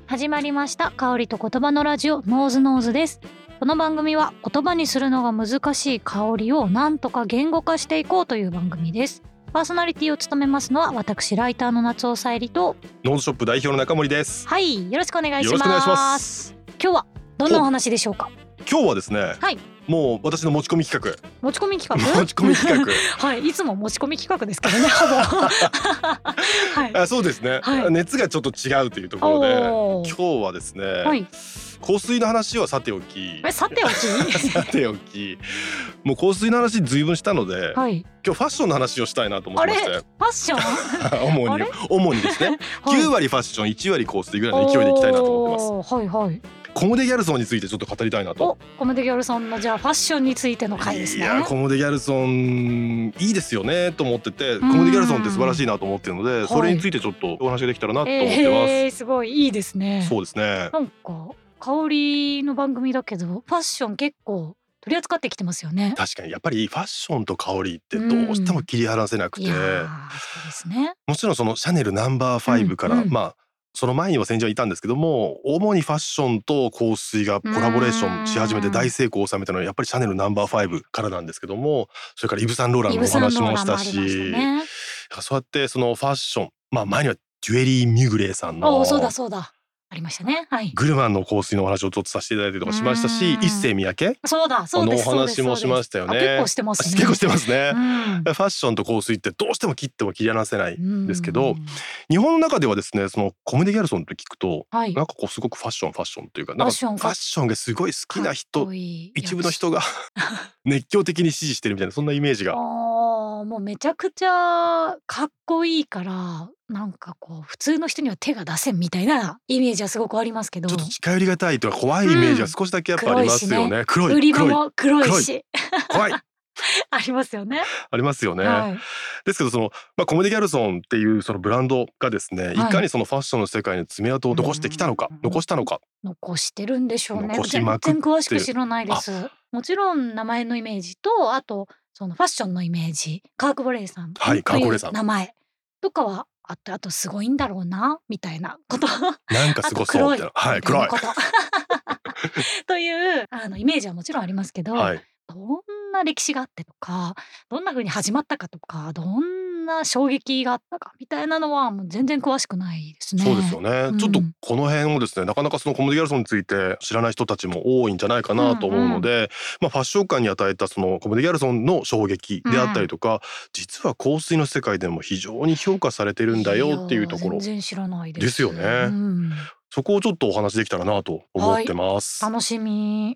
始まりました香りと言葉のラジオノーズノーズです。この番組は言葉にするのが難しい香りをなんとか言語化していこうという番組です。パーソナリティを務めますのは私ライターの夏尾さえりとノーズショップ代表の中森です。 はい、よろしくお願いします。 よろしくお願いします。 今日はどんなお話でしょうか。 今日はですね、 はい、 もう私の持ち込み企画持ち込み企画持ち込み企画はい、いつも持ち込み企画ですけどねほぼはい、 そうですね、 はい、 熱がちょっと違うというところで今日はですね、 はい、 香水の話はさておきさておきさておきもう香水の話ずいぶんしたので、 はい、 今日ファッションの話をしたいなと思ってまして。 ファッション主にですね、 はい、 9割ファッション1割香水ぐらいの勢いでいきたいなと思ってます。 はいはい。 コムデ・ギャルソンについてちょっと語りたいなと。 コムデ・ギャルソンのじゃあファッションについての回ですね。 いやコムデ・ギャルソンいいですよねと思ってて、コムデ・ギャルソンって素晴らしいなと思ってるので、それについてちょっとお話ができたらなと思ってます。 すごいいいですね。 そうですね。 なんか香りの番組だけどファッション結構取り扱ってきてますよね。 確かにやっぱりファッションと香りってどうしても切り離せなくて、 いやそうですね。 もちろんそのシャネルナンバー5から、その前には先人はいたんですけども、主にファッションと香水がコラボレーションし始めて大成功を収めたのはやっぱりシャネルナンバー5からなんですけども、それからイヴ・サンローランのお話もしたし、そうやってそのファッション、前にはジュエリー・ミュグレーさんのそうだそうだありましたね。はい。 グルマンの香水のお話をちょっとさせていただいたりとかしましたし、一世三宅のお話もしましたよね。 結構してますね。 結構してますね。ファッションと香水ってどうしても切っても切り離せないんですけど、日本の中ではですね、そのコムデ・ギャルソンって聞くと、なんかこうすごくファッションというか、なんかファッションがすごい好きな人、一部の人が熱狂的に支持してるみたいな、そんなイメージが。 もうめちゃくちゃかっこいいからなんかこう普通の人には手が出せんみたいなイメージはすごくありますけど、 ちょっと近寄りがたいとか怖いイメージが少しだけやっぱありますよね。黒い売り場も黒いし怖いありますよね。 ありますよね。ですけどその、コムデ・ギャルソンっていうそのブランドがですね、いかにそのファッションの世界に爪痕を残してきたのか、残してるんでしょうね。 残しまくって全然詳しく知らないです。もちろん名前のイメージとあとそのファッションのイメージ、カーク・ボレーさんという名前とかはあとすごいんだろうなみたいなことなんかすごそうみたいな、はい黒いというイメージはもちろんありますけど、どんな歴史があってとかどんな風に始まったかとかどんな衝撃があったかみたいなのはもう全然詳しくないですね。 そうですよね、ちょっとこの辺をですね、なかなかそのコムデ・ギャルソンについて知らない人たちも多いんじゃないかなと思うので、ファッション界に与えたそのコムデ・ギャルソンの衝撃であったりとか、実は香水の世界でも非常に評価されてるんだよっていうところ全然知らないです。 ですよね。そこをちょっとお話できたらなと思ってます。 楽しみ。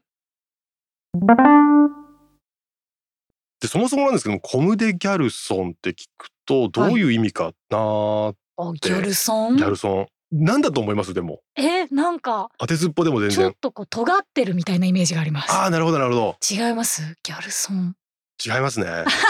でそもそもなんですけども、コムデ・ギャルソンって聞くとどういう意味かなって。 ギャルソンなんだと思います？でもなんか当てずっぽでも全然ちょっとこう尖ってるみたいなイメージがあります。 なるほどなるほど。 違います？ギャルソン違いますね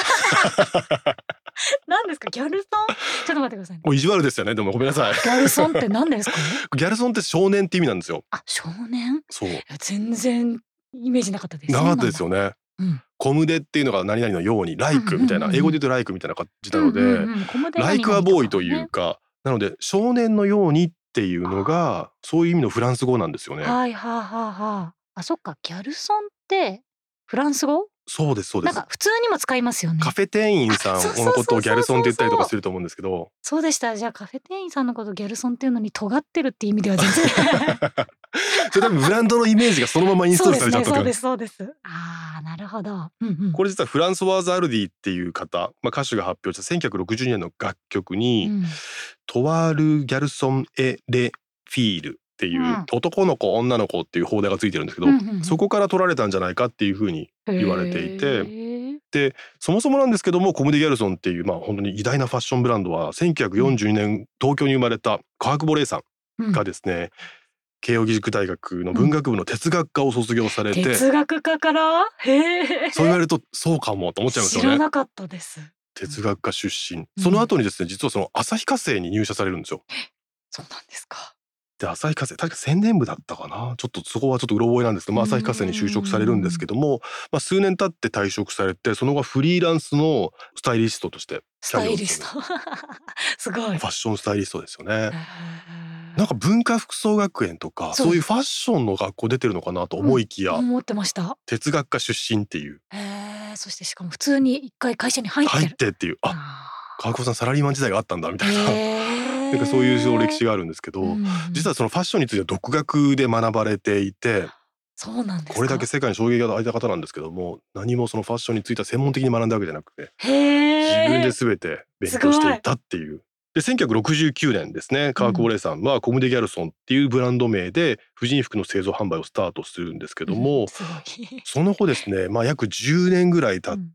何ですかギャルソン？ちょっと待ってくださいね。 もう意地悪ですよね。でもごめんなさいギャルソンって何ですか？ ギャルソンって少年って意味なんですよ。 少年？ そう。 全然イメージなかったです。 なかったですよね。コムデっていうのが何々のようにライクみたいな、英語で言うとライクみたいな感じなので、ライクアボーイというか、なので少年のようにっていうのがそういう意味のフランス語なんですよね。 そっか、ギャルソンってフランス語？ そうですそうです。 なんか普通にも使いますよね。 カフェ店員さんのことをギャルソンって言ったりとかすると思うんですけど。 そうでした。じゃあカフェ店員さんのことをギャルソンっていうのに尖ってるって意味では全然それ多分ブランドのイメージがそのままインストールされちゃった。 そうです。なるほど。 これ実はフランソワーズ・アルディっていう方、歌手が発表した1962年の楽曲に、トワール・ギャルソン・エ・レ・フィールっていう男の子女の子っていう放題がついてるんですけど、そこから取られたんじゃないかっていうふうに言われていて、でそもそもなんですけども、コムデ・ギャルソンっていう本当に偉大なファッションブランドは1942年東京に生まれたカーク・ボレーさんがですね、慶應義塾大学の文学部の哲学科を卒業されて、 哲学科から？ そう言われるとそうかもと思っちゃいますよね。 知らなかったです。 哲学科出身、その後にですね、実はその旭化成に入社されるんですよ。 そうなんですか。 で旭化成確か宣伝部だったかな、ちょっとそこはちょっとうろ覚えなんですけど、旭化成に就職されるんですけども、数年経って退職されて、その後フリーランスのスタイリストとしてスタイリストすごい。 ファッションスタイリストですよね。 なんか文化服装学園とかそういうファッションの学校出てるのかなと思いきや、 思ってました。 哲学科出身っていう。 そしてしかも普通に一回会社に入ってっていう、川久保さんサラリーマン時代があったんだみたいな、なんかそういう歴史があるんですけど、実はそのファッションについては独学で学ばれていて、 そうなんですか。 これだけ世界に衝撃が与えた方なんですけども、何もそのファッションについては専門的に学んだわけじゃなくて、自分で全て勉強していたっていう。で1969年ですね、川久保玲さんはコムデ・ギャルソンっていうブランド名で婦人服の製造販売をスタートするんですけども、その後ですね、約10年ぐらい経って、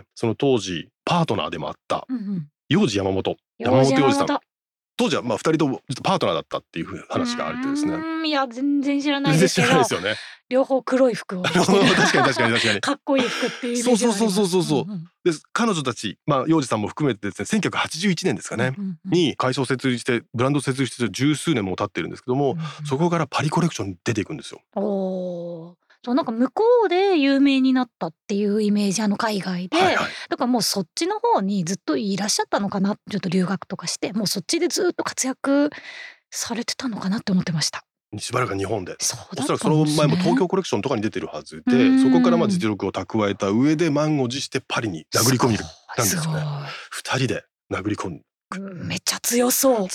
その当時パートナーでもあった幼児山本洋次さん、当時は2人ともパートナーだったっていう話があってですね。 いや全然知らないですけど、 全然知らないですよね。 両方黒い服を着て確かにかっこいい服っていうイメージがあります。 そうで彼女たち、洋次さんも含めてですね、1981年ですかね、に会社を設立してブランドを設立して十数年も経ってるんですけども、そこからパリコレクションに出ていくんですよ。 そうなんか向こうで有名になったっていうイメージ、海外で、だからもうそっちの方にずっといらっしゃったのかな、ちょっと留学とかしてもうそっちでずっと活躍されてたのかなって思ってました。 しばらく日本で、おそらくその前も東京コレクションとかに出てるはずで、そこから実力を蓄えた上で満を持してパリに殴り込みに行ったんですね。2人で殴り込んめっちゃ強そう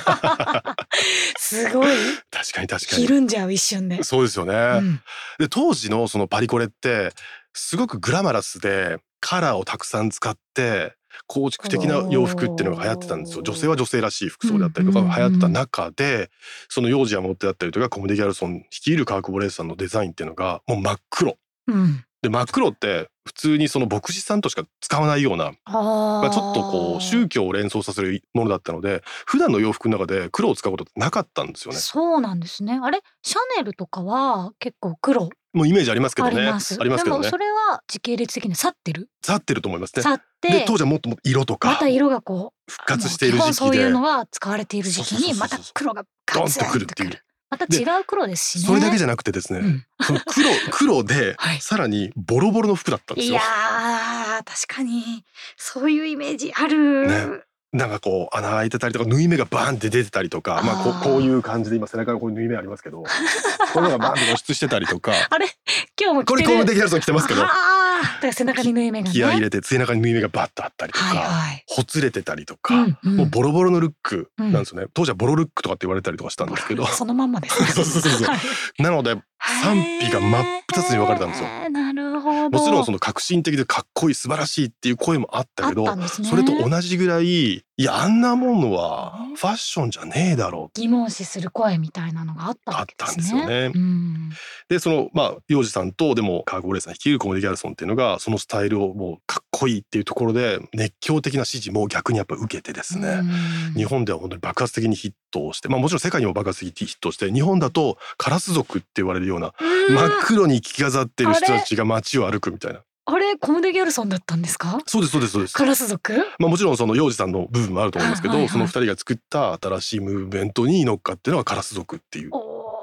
すごい確かにひるんじゃう一瞬で。 そうですよね、で当時のそのパリコレってすごくグラマラスでカラーをたくさん使って構築的な洋服っていうのが流行ってたんですよ。女性は女性らしい服装であったりとか流行ってた中で、その幼児山本だったりとかコムデ・ギャルソン率いる川久保玲さんのデザインっていうのがもう真っ黒、で真っ黒って普通にその牧師さんとしか使わないような、ちょっとこう宗教を連想させるものだったので、普段の洋服の中で黒を使うことってなかったんですよね。 そうなんですね。あれシャネルとかは結構黒もうイメージありますけどね。ありますけどね。 でもそれは時系列的に去ってると思いますね。 去ってで当時はもっと色とかまた色がこう復活している時期で、 そういうのが使われている時期にまた黒がガツンとくるっていう。また違う黒ですしね。 それだけじゃなくてですね、その黒でさらにボロボロの服だったんですよ。 いや確かにそういうイメージある。 なんかこう穴開いてたりとか縫い目がバーンって出てたりとか、こういう感じで今背中にこう縫い目ありますけど、こういうのがバーンって露出してたりとかあれ今日もこれコムデ・ギャルソン着てますけど、 背中に縫い目がね、 気合い入れて背中に縫い目がバッとあったりとか、ほつれてたりとか、もうボロボロのルックなんですよね。当時はボロルックとかって言われたりとかしたんですけど、 そのまんまですね。 なので賛否が真っ二つに分かれたんですよ。 なるほど。 もちろんその革新的でかっこいい素晴らしいっていう声もあったけど、それと同じぐらいあんなものはファッションじゃねえだろう、 疑問視する声みたいなのがあったわけですね。 あったんですよね。でその幼児さんとでも川久保玲さん率いるコムデ・ギャルソンっていうのがそのスタイルをもうかっこいいっていうところで熱狂的な支持も逆にやっぱ受けてですね、日本では本当に爆発的にヒットをして、もちろん世界にも爆発的にヒットして、日本だとカラス族って言われるような真っ黒に着飾ってる人たちが街を歩くみたいな。あれコムデ・ギャルソンだったんですか？ そうですカラス族？ もちろんその幼児さんの部分もあると思うんですけど、その2人が作った新しいムーブメントに乗っかってるのがカラス族っていう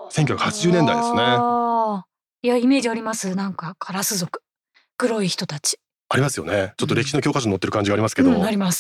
1980年代ですね。 いやイメージあります。なんかカラス族黒い人たちありますよね。ちょっと歴史の教科書に載ってる感じがありますけど、 あります。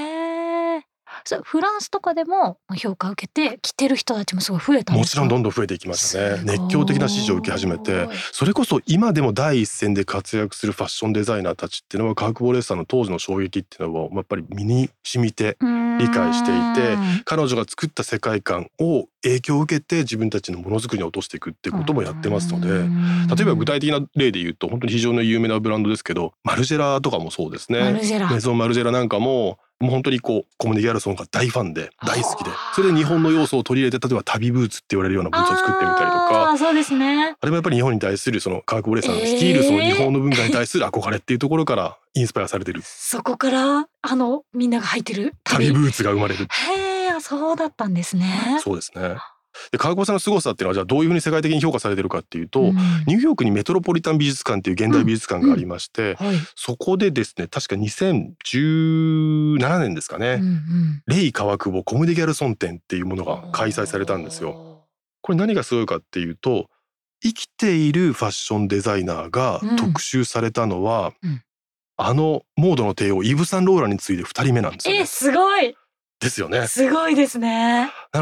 フランスとかでも評価を受けて着てる人たちもすごい増えたんですか？もちろんどんどん増えていきましたね。熱狂的な支持を受け始めて、それこそ今でも第一線で活躍するファッションデザイナーたちっていうのは川久保玲さんの当時の衝撃っていうのをやっぱり身に染みて理解していて、彼女が作った世界観を影響を受けて自分たちのものづくりに落としていくっていうこともやってますので、例えば具体的な例で言うと本当に非常に有名なブランドですけど、マルジェラとかもそうですね。メゾンマルジェラなんかも本当にこうコムデ・ギャルソンが大ファンで大好きで、それで日本の要素を取り入れて、例えば旅ブーツって言われるようなブーツを作ってみたりとか、 そうですね。 あれもやっぱり日本に対するその川久保玲さんの率いるその日本の文化に対する憧れっていうところからインスパイアされてる。 そこからみんなが履いてる旅ブーツが生まれる。 そうだったんですね。 そうですね。で川久保さんの凄さっていうのはじゃあどういうふうに世界的に評価されてるかっていうと、ニューヨークにメトロポリタン美術館っていう現代美術館がありまして、そこでですね確か2017年ですかね、レイ川久保コムデ・ギャルソン展っていうものが開催されたんですよ。これ何がすごいかっていうと、生きているファッションデザイナーが特集されたのは、モードの帝王イヴ・サンローランに次いで2人目なんですよね。 すごいですよね。 すごいですね。 なので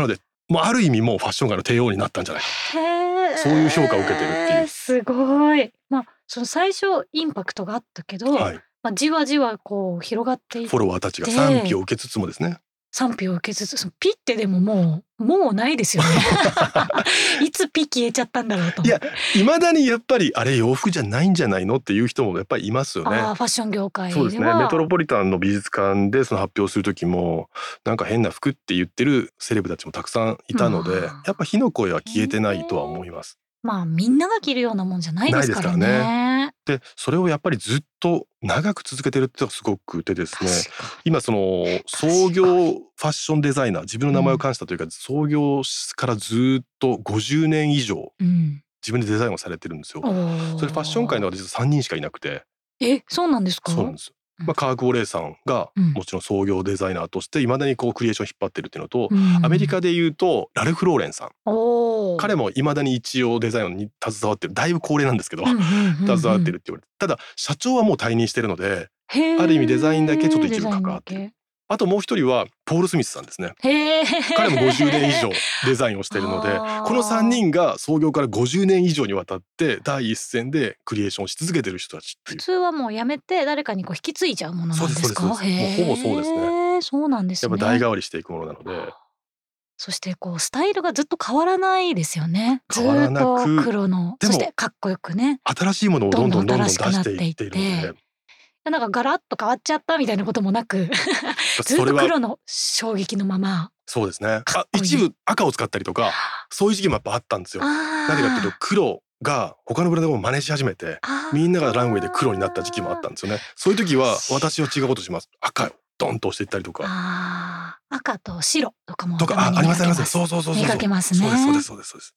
もうある意味もうファッション界の帝王になったんじゃないか、 へー、 そういう評価を受けてるっていう。 すごい。まあその最初インパクトがあったけど、 はい、 まあ、じわじわこう広がっていってフォロワーたちが賛否を受けつつもですね。 賛否を受けつつ、そのピってでももうないですよねいつピ消えちゃったんだろうと思って。 未だにやっぱりあれ洋服じゃないんじゃないのっていう人もやっぱりいますよね。 あ、ファッション業界では。 そうですね。メトロポリタンの美術館でその発表する時もなんか変な服って言ってるセレブたちもたくさんいたので、やっぱ火の声は消えてないとは思います。 まあみんなが着るようなもんじゃないですからね。 ないですからね。でそれをやっぱりずっと長く続けてるってのがすごくてですね、今その創業ファッションデザイナー、自分の名前を冠したというか、創業からずっと50年以上自分でデザインをされてるんですよ。それファッション界の実は3人しかいなくて。 そうなんですか？ そうなんです。カーク・オレイさんがもちろん創業デザイナーとして未だにこうクリエーションを引っ張ってるっていうのと、アメリカでいうとラルフ・ローレンさん、彼も未だに一応デザインに携わってる、だいぶ高齢なんですけど携わってるって言われて、ただ社長はもう退任してるので、ある意味デザインだけちょっと一部関わってる。あともう一人はポール・スミスさんですね。彼も50年以上デザインをしているのでこの3人が創業から50年以上にわたって第一線でクリエーションをし続けてる人たちっていう。普通はもうやめて誰かにこう引き継いじゃうものなんですか？ そうです。もうほぼそうですね。 そうなんですね。 やっぱ代替わりしていくものなので。 そしてこうスタイルがずっと変わらないですよね。 変わらなく、 ずっと黒の、そしてかっこよくね、 新しいものをどんどん出していっているので、 なんかガラッと変わっちゃったみたいなこともなくずっと黒の衝撃のまま。 そうですね。一部赤を使ったりとかそういう時期もやっぱあったんですよ。なぜかっていうと黒が他のブランドを真似し始めてみんながランウェイで黒になった時期もあったんですよね。そういう時は私は違うことします。赤をドンと押していったりとか。 赤と白とかもありますあります。そう見かけますね。 そうです。なるほど。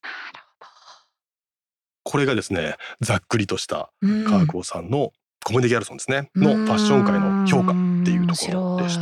これがですね、ざっくりとしたカークオさんのコムデ・ギャルソンですねのファッション界の評価っていうところでした。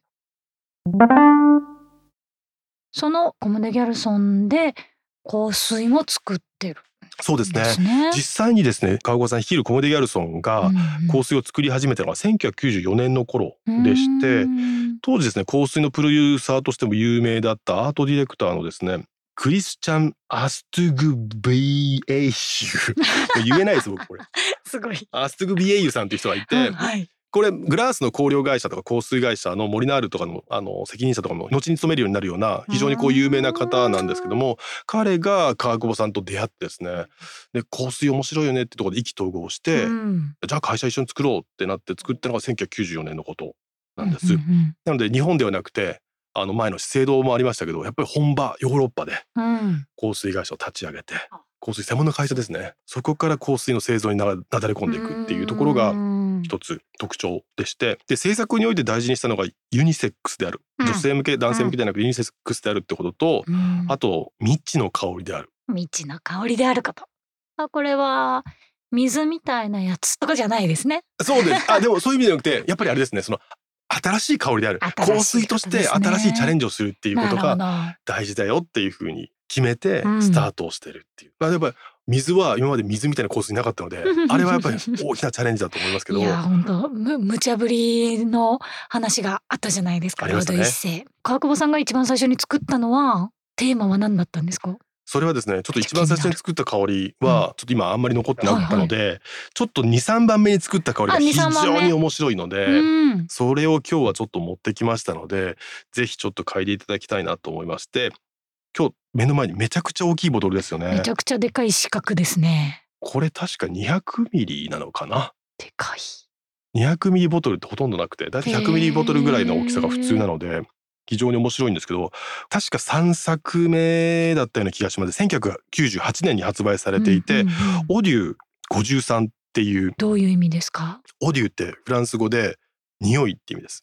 そのコムデ・ギャルソンで香水も作ってる。 そうですね。実際にですね、川越さん率いるコムデ・ギャルソンが香水を作り始めたのは1994年の頃でして、当時ですね、香水のプロデューサーとしても有名だったアートディレクターのですね、クリスチャン・アストゥグビエイシュ言えないです僕これすごい。 アストゥグビエイユさんっていう人がいて、これグラースの香料会社とか香水会社のモリナールとかの責任者とかも後に勤めるようになるような非常にこう有名な方なんですけども、彼が川久保さんと出会ってですね、で香水面白いよねってところで意気投合して、じゃあ会社一緒に作ろうってなって作ったのが1994年のことなんです。なので日本ではなくて前の資生堂もありましたけど、やっぱり本場ヨーロッパで香水会社を立ち上げて、香水専門の会社ですね、そこから香水の製造になだれ込んでいくっていうところが一つ特徴でして、で制作において大事にしたのがユニセックスである、女性向け男性向けではなくユニセックスであるってことと、あと未知の香りである。 未知の香りであること。これは水みたいなやつとかじゃないですね。 そうです。でもそういう意味じゃなくてやっぱりあれですね、その新しい香りである、香水として新しいチャレンジをするっていうことが大事だよっていう風に決めてスタートをしてるっていう。やっぱり水は今まで水みたいな香水なかったのであれはやっぱり大きなチャレンジだと思いますけど。いや本当無茶ぶりの話があったじゃないですか。ロード一世、川久保さんが一番最初に作ったのはテーマは何だったんですか？ それはですね、ちょっと一番最初に作った香りはちょっと今あんまり残ってなかったので、ちょっと 2,3 番目に作った香りが非常に面白いので、それを今日はちょっと持ってきましたので、ぜひちょっと嗅いでいただきたいなと思いまして、今日目の前にめちゃくちゃ大きいボトルですよね。 めちゃくちゃでかい四角ですね。 これ確か200ミリなのかな。 でかい。 200ミリボトルってほとんどなくて、だいたい100ミリボトルぐらいの大きさが普通なので非常に面白いんですけど、確か3作目だったような気がします。1998年に発売されていて、オデュ53っていう。 どういう意味ですか？ オデュってフランス語で匂いって意味です。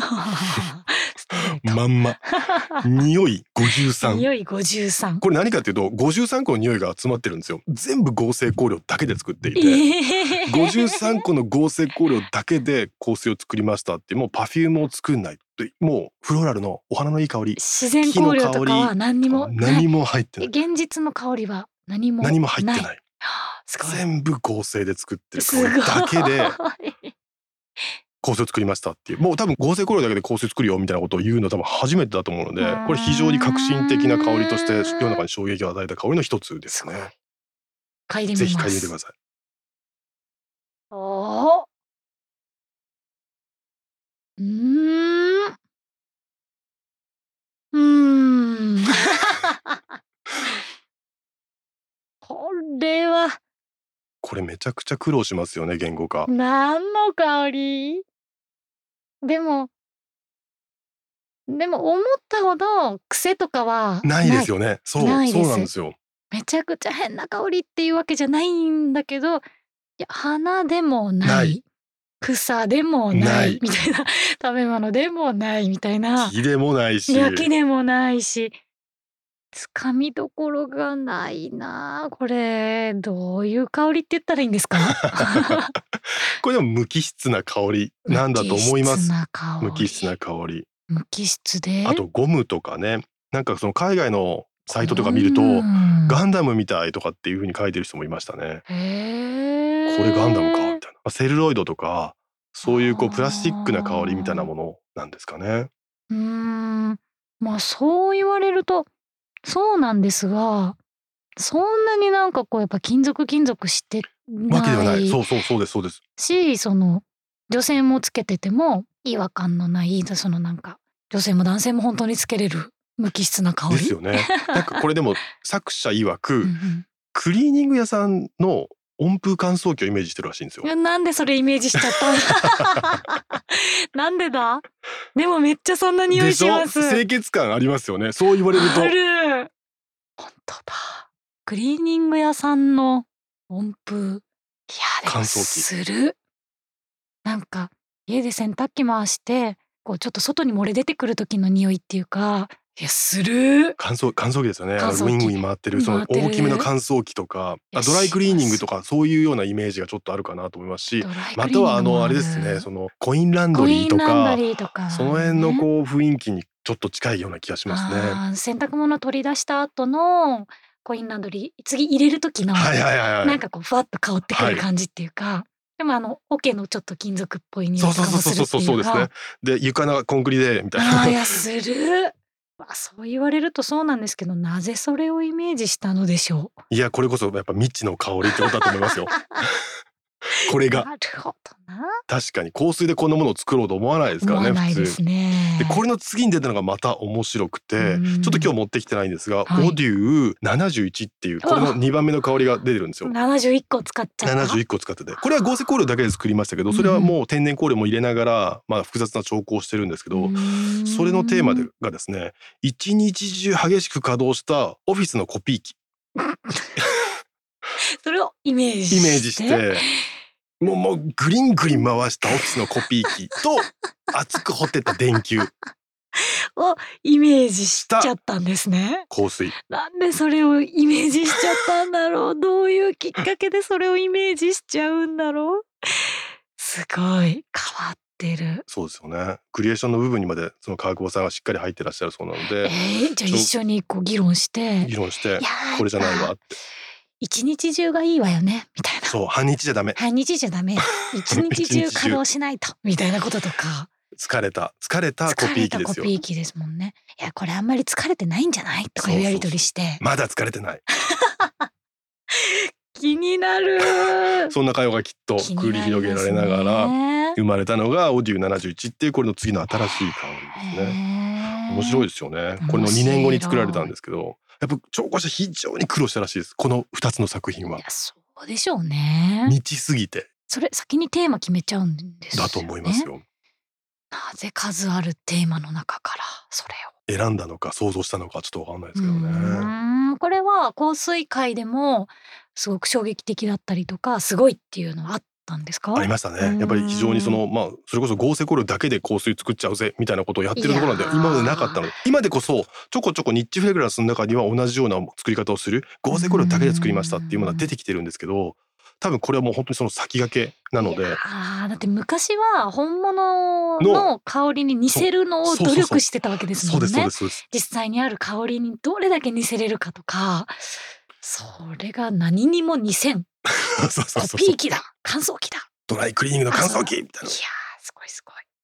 まんま匂い53。 匂い53。 これ何かっていうと53個の匂いが集まってるんですよ。全部合成香料だけで作っていて、53個の合成香料だけで香水を作りましたって、もうパフュームを作んない、もうフローラルのお花のいい香り、 自然香料とかは何も入ってない。 現実の香りは何も入ってない。全部合成で作ってる香りだけで香水を作りましたっていう、もう多分合成香料だけで香水作るよみたいなことを言うのは多分初めてだと思うので、これ非常に革新的な香りとして世の中に衝撃を与えた香りの一つですね。 嗅いでみます。 ぜひ嗅いでみてください。 おーこれめちゃくちゃ苦労しますよね、言語化。 何の香り？でも思ったほど癖とかはないですよね。そうなんですよ。 めちゃくちゃ変な香りっていうわけじゃないんだけど、いや花でもない、草でもないみたいな、食べ物でもないみたいな、 木でもないし、 木でもないし、つかみどころがないな。これどういう香りって言ったらいいんですか？ これでも無機質な香りなんだと思います。無機質な香り。 無機質で。 あとゴムとかね、なんかその海外のサイトとか見るとガンダムみたいとかっていう風に書いてる人もいましたね。これガンダムかみたいな。セルロイドとかそういうプラスチックな香りみたいなものなんですかね。 まあそう言われるとそうなんですが、そんなになんかやっぱ金属してないわけではない。そうですし、その女性もつけてても違和感のない、そのなんか女性も男性も本当につけれる無機質な香りですよね。なんかこれでも作者曰くクリーニング屋さんの温風乾燥機をイメージしてるらしいんですよ。 なんでそれイメージしちゃったなんでだ？でもめっちゃそんな匂いします。 清潔感ありますよね。そう言われると。 ある。本当だ。クリーニング屋さんの温風。いやでもする。なんか家で洗濯機回してちょっと外に漏れ出てくる時の匂いっていうか、いやする。乾燥機ですよね。ウィンウィン回ってるその大きめの乾燥機とか、ドライクリーニングとかそういうようなイメージがちょっとあるかなと思いますし、またはあれですね、そのコインランドリーとかその辺の雰囲気にちょっと近いような気がしますね。 洗濯物取り出した後のコインランドリー次入れる時のなんかふわっと香ってくる感じっていうか。でも桶のちょっと金属っぽい匂いとかもするっていうか。 そうですね。で床のコンクリでみたいな。 いやする。そう言われるとそうなんですけど、なぜそれをイメージしたのでしょう。 いやこれこそやっぱ未知の香りってことだと思いますよ。これが。 なるほどな。 確かに香水でこんなものを作ろうと思わないですからね。 思わないですね。 でこれの次に出たのがまた面白くて、ちょっと今日持ってきてないんですが、オデュー71っていうこれの2番目の香りが出てるんですよ。 71個使っちゃった。 71個使ってて、これは合成香料だけで作りましたけど、それはもう天然香料も入れながら複雑な調香をしてるんですけど、それのテーマがですね、一日中激しく稼働したオフィスのコピー機それをイメージしてもうグリングリン回したオフィスのコピー機と熱く掘ってた電球をイメージしちゃったんですね。 香水。 なんでそれをイメージしちゃったんだろう。どういうきっかけでそれをイメージしちゃうんだろう。すごい変わってる。 そうですよね。クリエーションの部分にまでその川久保さんがしっかり入ってらっしゃるそうなので、 じゃあ一緒に議論してこれじゃないわって。 一日中がいいわよねみたいな。 そう、半日じゃダメ。 一日中稼働しないとみたいなこととか。 疲れたコピー機ですよ。 コピー機ですもんね。いやこれあんまり疲れてないんじゃないとかいうやり取りして。 まだ疲れてない。 気になる。 そんな会話がきっと繰り広げられながら生まれたのがオデュー71っていうこれの次の新しい香りですね。面白いですよね。これの2年後に作られたんですけど、やっぱ調香師非常に苦労したらしいです。この2つの作品は。 いやそうでしょうね。 未知すぎて。 それ先にテーマ決めちゃうんですよね。 だと思いますよ。 なぜ数あるテーマの中からそれを選んだのか想像したのかちょっと分かんないですけどね。 これは香水界でもすごく衝撃的だったりとかすごいっていうのはあったんですか？ ありましたね。やっぱり非常にそれこそ合成香料だけで香水作っちゃうぜみたいなことをやってるところなんで今までなかったので、今でこそちょこちょこニッチフレグランスの中には同じような作り方をする合成香料だけで作りましたっていうものが出てきてるんですけど、多分これはもう本当にその先駆けなので。 だって昔は本物の香りに似せるのを努力してたわけですもんね。そうです。実際にある香りにどれだけ似せれるかとか、それが何にも似せん。コピー機だ、乾燥機だ、 ドライクリーニングの乾燥機みたいな。 いやす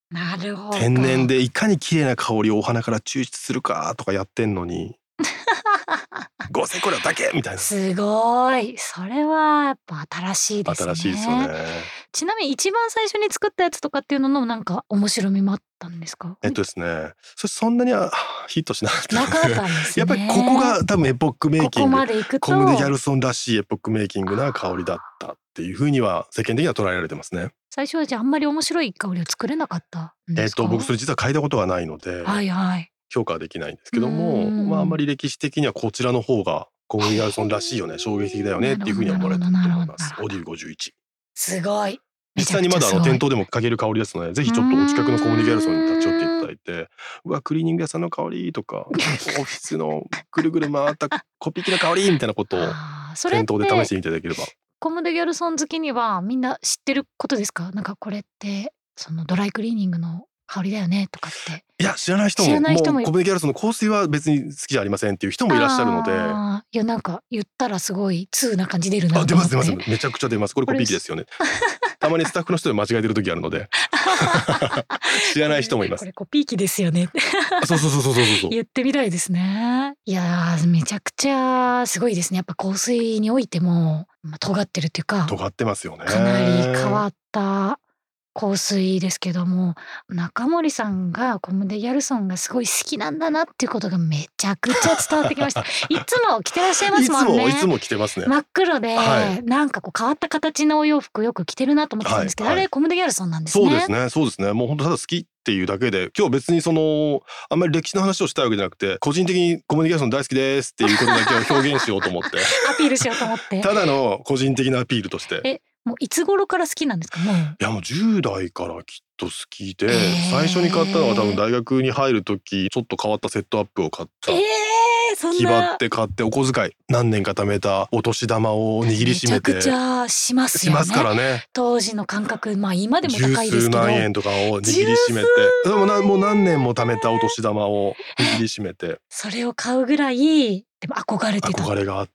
なるほど。 天然でいかに綺麗な香りをお花から抽出するかとかやってんのに合成香料だけみたいな。 すごい。それはやっぱ新しいですね。 新しいですよね。 ちなみに一番最初に作ったやつとかっていうののなんか面白みもあったんですか？ ですね、そんなにはヒットしなかったなかったんですね。 やっぱりここが多分エポックメイキング、 ここまで行くとコム・デ・ギャルソンらしいエポックメイキングな香りだったっていう風には世間的には捉えられてますね。 最初はじゃああんまり面白い香りを作れなかったんですか？ 僕それ実は嗅いだことがないので、 はいはい。 評価はできないんですけども、まああんまり歴史的にはこちらの方がコム・デ・ギャルソンらしいよね、衝撃的だよねっていう風には思われてると思います。オディ51。 すごい。 実際にまだ店頭でも嗅げる香りですので、ぜひちょっとお近くのコム・デ・ギャルソンに立ち寄っていただいて、うわクリーニング屋さんの香りとかオフィスのぐるぐる回ったコピー機の香りみたいなことを店頭で試してみていただければ。 コム・デ・ギャルソン好きにはみんな知ってることですか？なんかこれってそのドライクリーニングの香りだよねとかって。 いや知らない人ももうコム・デ・ギャルソンの香水は別に好きじゃありませんっていう人もいらっしゃるので。 いやなんか言ったらすごい通な感じ出るなと思って。 出ますめちゃくちゃ出ます。これコピー機ですよね。たまにスタッフの人で間違えてる時あるので知らない人もいます。 これコピー機ですよねそう言ってみたいですね。いやめちゃくちゃすごいですね。やっぱ香水においても、尖ってるっていうか尖ってますよね。 かなり変わった香水ですけども、中森さんがコム・デ・ギャルソンがすごい好きなんだなっていうことがめちゃくちゃ伝わってきました。いつも着てらっしゃいますもんね。 いつも着てますね。 真っ黒で、 はい、 なんかこう変わった形のお洋服よく着てるなと思ってたんですけど、あれコム・デ・ギャルソンなんですね。 そうですね。もう本当ただ好きっていうだけで、今日別にあんまり歴史の話をしたいわけじゃなくて、個人的にコム・デ・ギャルソン大好きですっていうことだけを表現しようと思ってアピールしようと思ってただの個人的なアピールとして。 もういつ頃から好きなんですか？もういやもう10代からきっと好きで、最初に買ったのは多分大学に入る時ちょっと変わったセットアップを買った。気張って買ってお小遣い何年か貯めたお年玉を握りしめて。 めちゃくちゃしますよね。 しますからね。 当時の感覚、今でも高いですけど。 十数万円とかを握りしめて、でももう何年も貯めたお年玉を握りしめて。 それを買うぐらいでも憧れてた。 憧れがあって。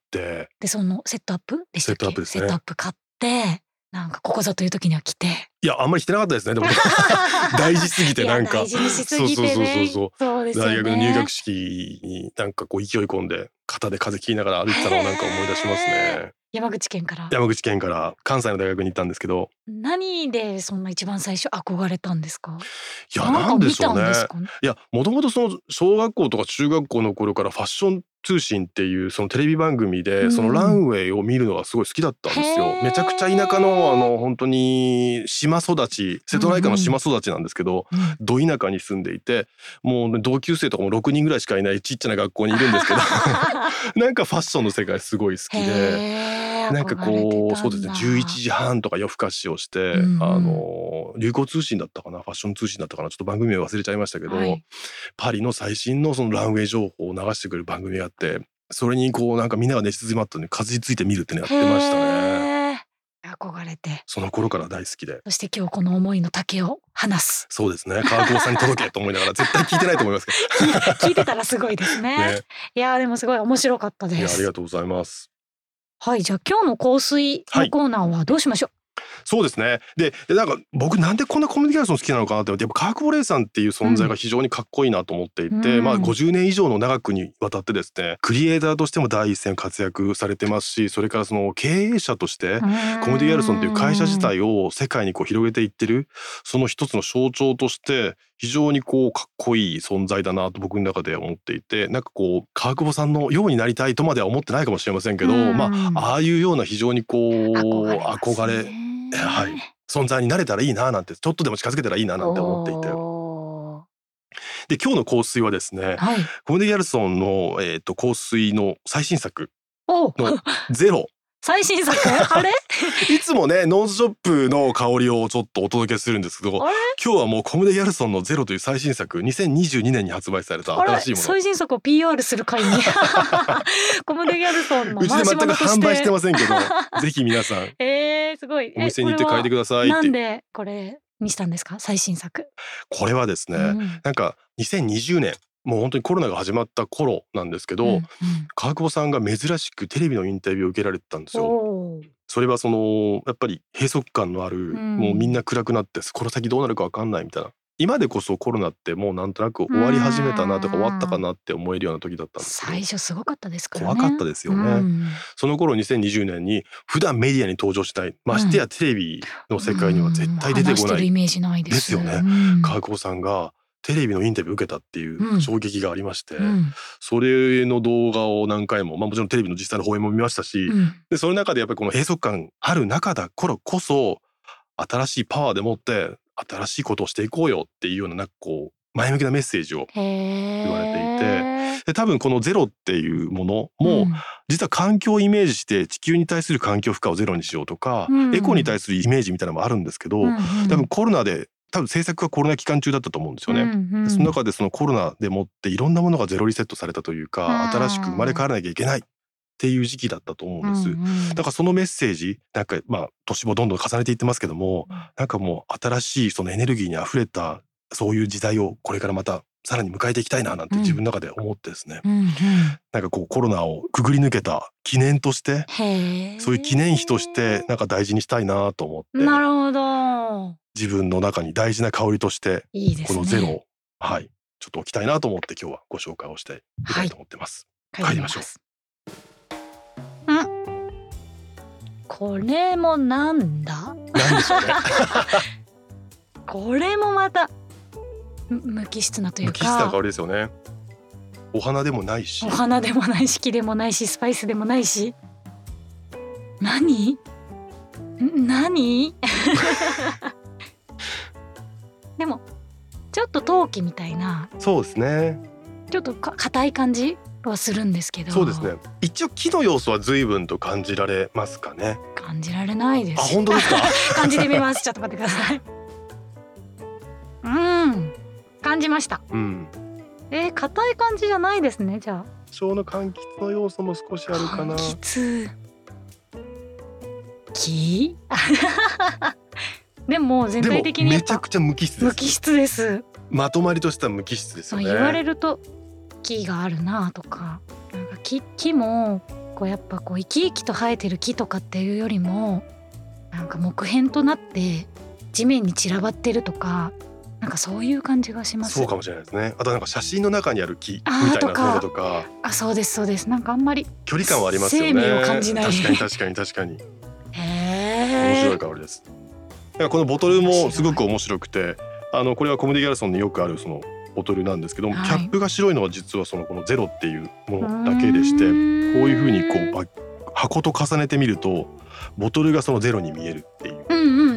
でそのセットアップでしたっけ？ セットアップですね。 セットアップ買ってなんかここぞという時には着て。 いやあんまり着てなかったですね。でも大事すぎてなんか。 大事にしすぎてね。そうですよね。 大学の入学式になんかこう勢い込んで肩で風切りながら歩いてたのをなんか思い出しますね。 山口県から関西の大学に行ったんですけど。 何でそんな一番最初憧れたんですか？ いやなんでしょうね。いやもともと小学校とか中学校の頃からファッション通信っていうそのテレビ番組でそのランウェイを見るのがすごい好きだったんですよ。めちゃくちゃ田舎の本当に島育ち、瀬戸内海の島育ちなんですけど、ど田舎に住んでいて、もう同級生とかも6人ぐらいしかいないちっちゃな学校にいるんですけどなんかファッションの世界すごい好きで、なんかこうそうですね11時半とか夜更かしをして、流行通信だったかなファッション通信だったかなちょっと番組名忘れちゃいましたけど、パリの最新のそのランウェイ情報を流してくれる番組があって、それにこうなんかみんなが寝静まったのにかじりついて見るってのやってましたね。 憧れて。 その頃から大好きで。 そして今日この思いの丈を話す。 そうですね。川久保さんに届けと思いながら絶対聞いてないと思いますけど聞いてたらすごいですね。いやでもすごい面白かったです。 いやありがとうございます。 はい、じゃあ今日の香水のコーナーはどうしましょう？ そうですね。でなんか僕なんでこんなコミュニケーション好きなのかなってやっぱ川久保玲さんっていう存在が非常にかっこいいなと思っていて、50年以上の長くにわたってですねクリエイターとしても第一線活躍されてますし、それからその経営者としてコム・デ・ギャルソンっていう会社自体を世界にこう広げていってるその一つの象徴として非常にこうかっこいい存在だなと僕の中で思っていて、なんかこう川久保さんのようになりたいとまでは思ってないかもしれませんけど、ああいうような非常にこう憧れ存在になれたらいいななんてちょっとでも近づけたらいいななんて思っていて。で今日の香水はですね、コム・デ・ギャルソンの香水の最新作のゼロ。 最新作あれいつもねノーズショップの香りをちょっとお届けするんですけど、今日はもうコム・デ・ギャルソンのゼロという最新作2022年に発売された新しいもの。 最新作を PR する会にコム・デ・ギャルソンのうちで全く販売してませんけどぜひ皆さんすごいお店に行って嗅いでくださいって。 なんでこれにしたんですか？最新作。 これはですね、なんか2020年もう本当にコロナが始まった頃なんですけど、川久保さんが珍しくテレビのインタビューを受けられてたんですよ。それはやっぱり閉塞感のある、もうみんな暗くなってこの先どうなるか分かんないみたいな今でこそコロナってもうなんとなく終わり始めたなとか終わったかなって思えるような時だったんですけど、 最初すごかったですからね。 怖かったですよね。その頃2020年に普段メディアに登場しない、ましてやテレビの世界には絶対出てこない、 話してるイメージないです。 ですよね。川久保さんがテレビのインタビューを受けたっていう衝撃がありまして、それの動画を何回も、もちろんテレビの実際の放映も見ましたし、でその中でやっぱりこの閉塞感ある中だからこそ新しいパワーでもって新しいことをしていこうよっていうような、なんかこう前向きなメッセージを言われていて、で多分このゼロっていうものも、実は環境をイメージして地球に対する環境負荷をゼロにしようとか、エコに対するイメージみたいなのもあるんですけど、多分コロナで多分制作がコロナ期間中だったと思うんですよね。その中でそのコロナでもっていろんなものがゼロリセットされたというか、新しく生まれ変わらなきゃいけないっていう時期だったと思うんです。だからそのメッセージ、なんか年もどんどん重ねていってますけども、なんかもう新しいそのエネルギーにあふれたそういう時代をこれからまたさらに迎えていきたいななんて自分の中で思ってですね、なんかこうコロナをくぐり抜けた記念として、そういう記念碑としてなんか大事にしたいなと思って。 なるほど。 自分の中に大事な香りとしてこのゼロを、ちょっと置きたいなと思って今日はご紹介をしてみたいと思ってます。帰りましょう。これもなんだ？ なんでしょうね。 これもまた無機質なというか、 無機質な香りですよね。お花でもないし、 お花でもないし、木でもないし、スパイスでもないし、何でもちょっと陶器みたいな、 そうですね、 ちょっと硬い感じはするんですけど。 そうですね。一応木の要素は随分と感じられますかね。 感じられないです。 あ、本当ですか？ 感じてみます。ちょっと待ってください。感じました。硬い感じじゃないですね。じゃあ多少の柑橘の要素も少しあるかな。 柑橘、木でも全体的にめちゃくちゃ無機質です。 無機質です。 まとまりとしては無機質ですよね。 言われると木があるなとか、なんか木もこうやっぱこう生き生きと生えてる木とかっていうよりも、なんか木片となって地面に散らばってるとか、なんかそういう感じがします。 そうかもしれないですね。あとなんか写真の中にある木みたいなのとか。 そうですそうです。なんかあんまり距離感はありますよね。 生命を感じない。 確かに面白い香りです。だからこのボトルもすごく面白くて、これはコムデギャルソンによくあるそのボトルなんですけども、キャップが白いのは実はこのゼロっていうものだけでして、こういう風にこう箱と重ねてみるとボトルがそのゼロに見えるっていう、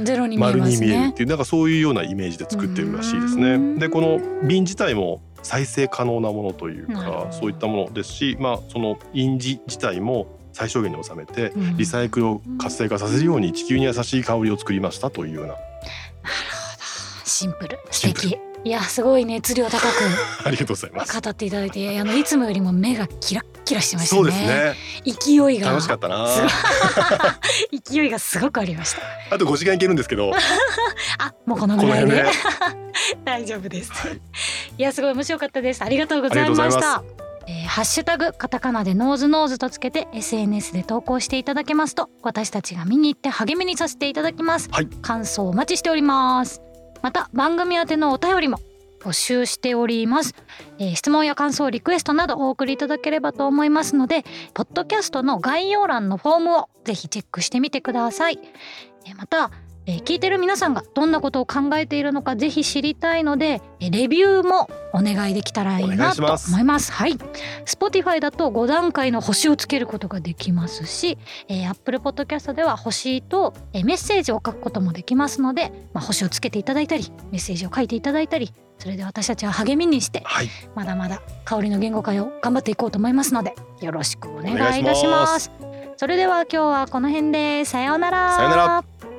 ゼロに見えますね。 丸に見えるっていう、なんかそういうようなイメージで作ってるらしいですね。でこの瓶自体も再生可能なものというか、そういったものですし、その印字自体も最小限に収めてリサイクルを活性化させるように地球に優しい香りを作りましたというような。なるほど、シンプル、素敵。いや、すごい熱量高くありがとうございます。 語っていただいて、いつもよりも目がキラッキラしてましたね。 そうですね。 勢いが楽しかったな。 勢いがすごくありました。 あと5時間いけるんですけどもうこのぐらいで大丈夫です、いや、すごい面白かったです。ありがとうございました。ハッシュタグカタカナでノーズノーズとつけて SNS で投稿していただけますと、私たちが見に行って励みにさせていただきます。感想お待ちしております。また番組宛てのお便りも募集しております。質問や感想、リクエストなどお送りいただければと思いますので、ポッドキャストの概要欄のフォームをぜひチェックしてみてください。また聞いてる皆さんがどんなことを考えているのかぜひ知りたいので、レビューもお願いできたらいいなと思います。Spotify だと5段階の星をつけることができますし、Apple Podcast では星とメッセージを書くこともできますので、星をつけていただいたりメッセージを書いていただいたり、それで私たちは励みにして、まだまだ香りの言語化を頑張っていこうと思いますので、よろしくお願いいたします。それでは今日はこの辺でさようなら。 さようなら。